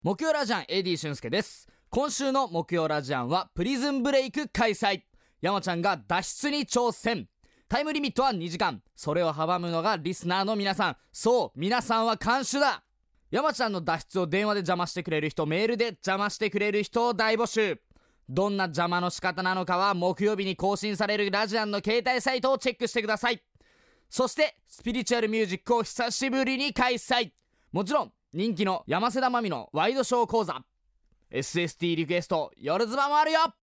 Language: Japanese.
木曜ラジアン AD 俊介です。今週の木曜ラジアンはプリズンブレイク開催。山ちゃんが脱出に挑戦。タイムリミットは2時間。それを阻むのがリスナーの皆さん。そう、皆さんは看守だ。山ちゃんの脱出を電話で邪魔してくれる人、メールで邪魔してくれる人を大募集。どんな邪魔の仕方なのかは木曜日に更新されるラジアンの携帯サイトをチェックしてください。そしてスピリチュアルミュージックを久しぶりに開催。もちろん人気の山瀬田真美のワイドショー講座、 SST リクエスト夜ズバもあるよ。